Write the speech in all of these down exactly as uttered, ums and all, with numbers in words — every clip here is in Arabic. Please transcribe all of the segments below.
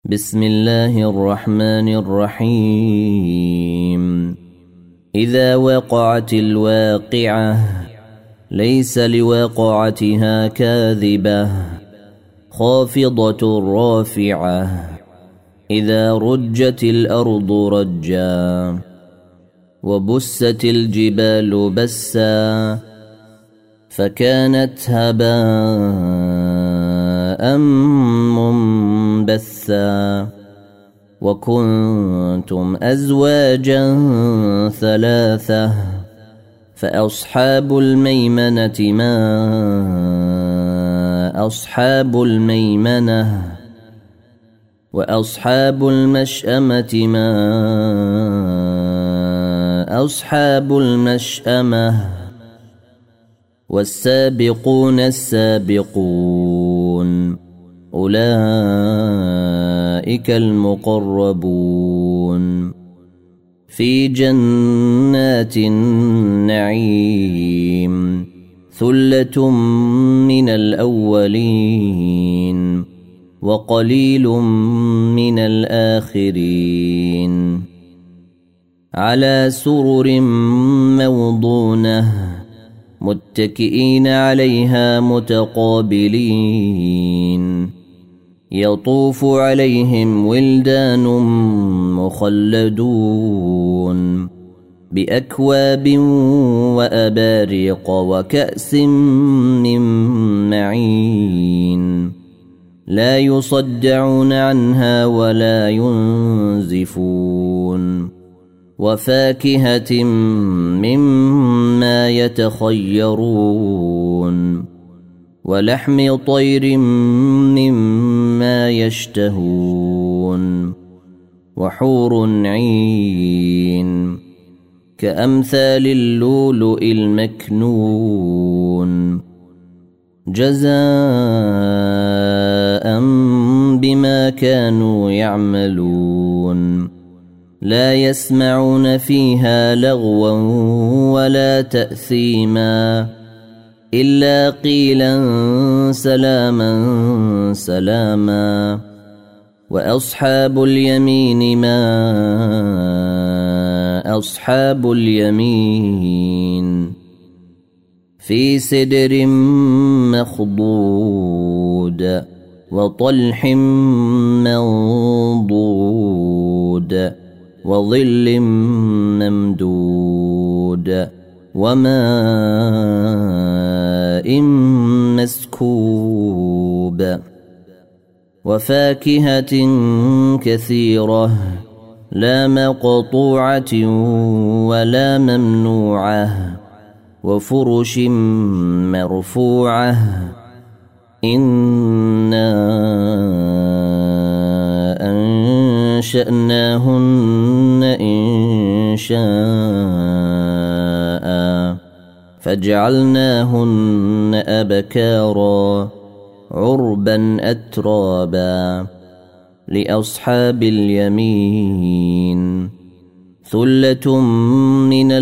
بسم الله الرحمن الرحيم. إذا وقعت الواقعة ليس لوقعتها كاذبة خافضة رافعة. إذا رجت الأرض رجا وبست الجبال بسا فكانت هباء منبثا وكنتم أزواجا ثلاثة فأصحاب الميمنة ما أصحاب الميمنة وأصحاب المشأمة ما أصحاب المشأمة والسابقون السابقون أولئك المقربون في جنات النعيم ثلة من الأولين وقليل من الآخرين على سرر موضونة متكئين عليها متقابلين يطوف عليهم ولدان مخلدون بأكواب وأباريق وكأس من معين لا يصدعون عنها ولا ينزفون وفاكهة مما يتخيرون ولحم طير مما يشتهون وحور عين كأمثال اللؤلؤ المكنون جزاء بما كانوا يعملون لا يسمعون فيها لغوا ولا تأثيما إلا قيلا سلاما سلاما وأصحاب اليمين ما أصحاب اليمين في سدر مخضود وطلح منضود وظل ممدود وماء مسكوب وفاكهة كثيرة لا مقطوعة ولا ممنوعة وفرش مرفوعة إنا أنشأناهن إن شاء فجعلناهن أبكارا عربا أترابا لأصحاب اليمين ثلة من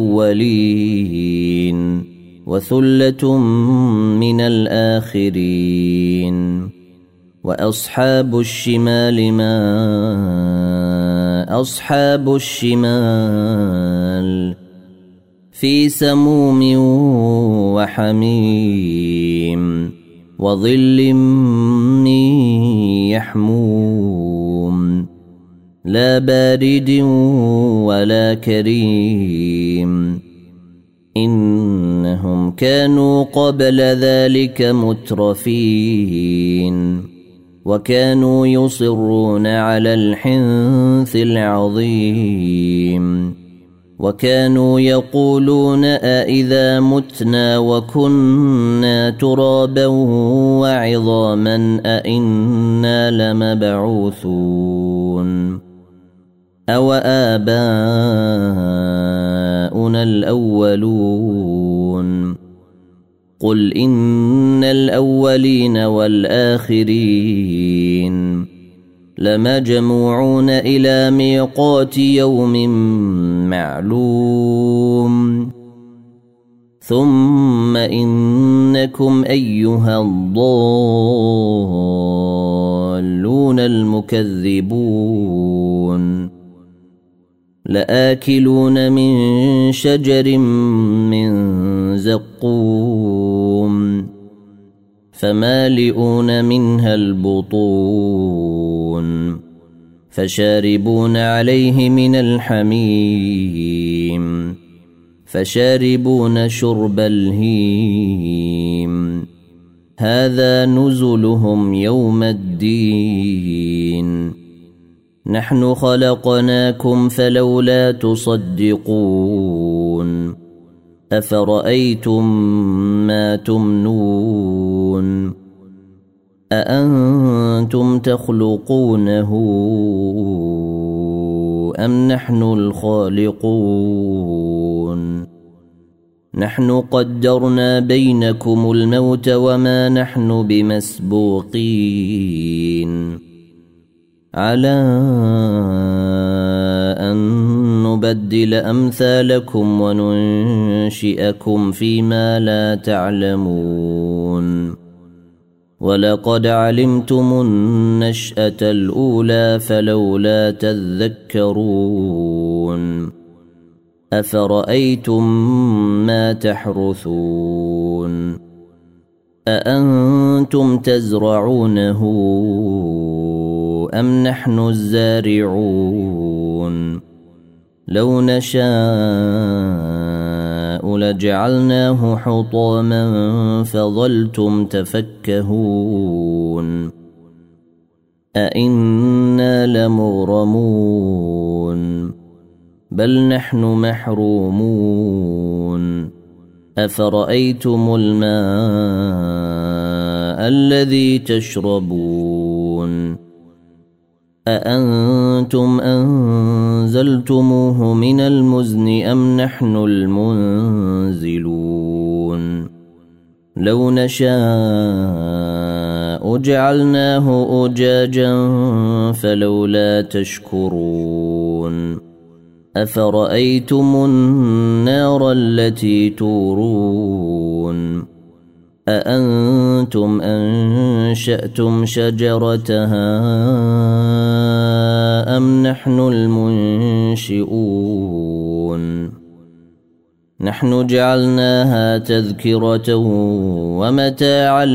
الأولين وثلة من الآخرين وأصحاب الشمال ما أصحاب الشمال في سموم وحميم وظل من يحموم لا بارد ولا كريم إنهم كانوا قبل ذلك مترفين وكانوا يصرون على الحنث العظيم وكانوا يقولون أإذا متنا وكنا ترابا وعظاما أإنا لمبعوثون أو آباؤنا الأولون قل إن الأولين والآخرين لمجموعون إلى ميقات يوم معلوم ثم إنكم أيها الضالون الضالون المكذبون لآكلون من شجر من زقوم فمالئون منها البطون فشاربون عليه من الحميم فشاربون شرب الهيم هذا نزلهم يوم الدين نحن خلقناكم فلولا تصدقون أفرأيتم ما تمنون أأنتم تخلقونه أم نحن الخالقون نحن قدرنا بينكم الموت وما نحن بمسبوقين على أن نبدل أمثالكم وننشئكم فيما لا تعلمون ولقد علمتم النشأة الأولى فلولا تذكرون أفرأيتم ما تحرثون أأنتم تزرعونه أم نحن الزارعون لو نشاء لجعلناه حطاما فظلتم تفكهون أئنا لمغرمون بل نحن محرومون أفرأيتم الماء الذي تشربون أأنتم أنزلتموه من المزن أم نحن المنزلون لو نشاء جعلناه أجاجا فلولا تشكرون أفرأيتم النار التي تورون أأنتم أنشأتم شجرتها أم نحن المنشئون نحن جعلناها تذكرة ومتاعا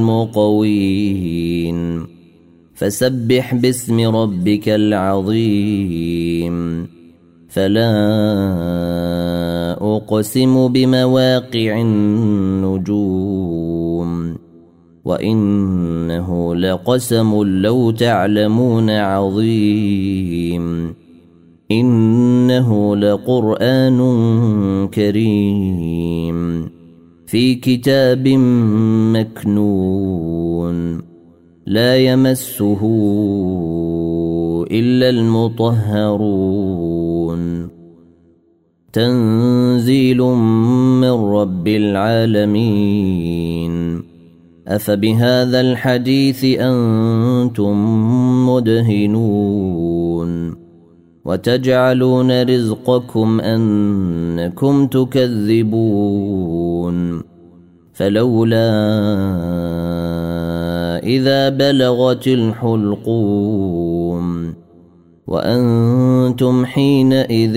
للمقوين فسبح باسم ربك العظيم فلا أقسم بمواقع النجوم وإنه لقسم لو تعلمون عظيم إنه لقرآن كريم في كتاب مكنون لا يمسه إلا المطهرون تنزيل من رب العالمين أفبهذا الحديث أنتم مدهنون وتجعلون رزقكم أنكم تكذبون فلولا إذا بلغت الحلقوم وأنتم حينئذ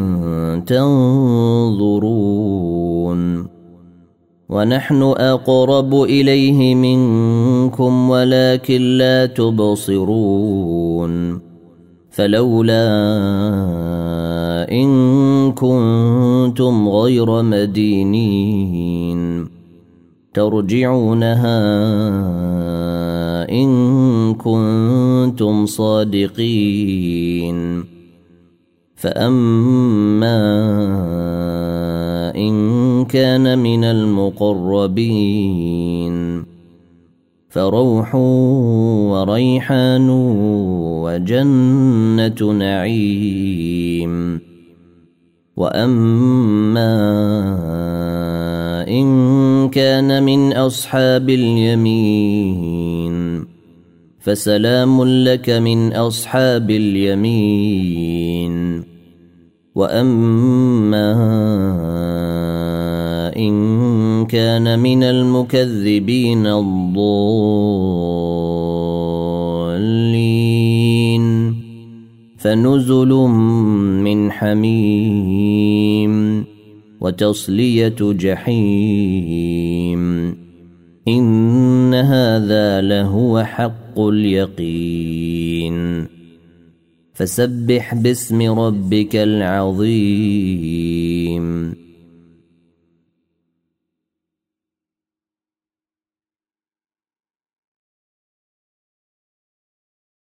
تنظرون ونحن أقرب إليه منكم ولكن لا تبصرون فلولا إن كنتم غير مدينين ترجعونها إن كنتم صادقين فأما إن كان من المقربين فروح وريحان وجنة نعيم وأما إن كان من أصحاب اليمين فسلام لك من أصحاب اليمين وأما إن كان من المكذبين الضالين الضالين فنزل من حميم وتصلية جحيم إن هذا لهو حق اليقين فسبح باسم ربك العظيم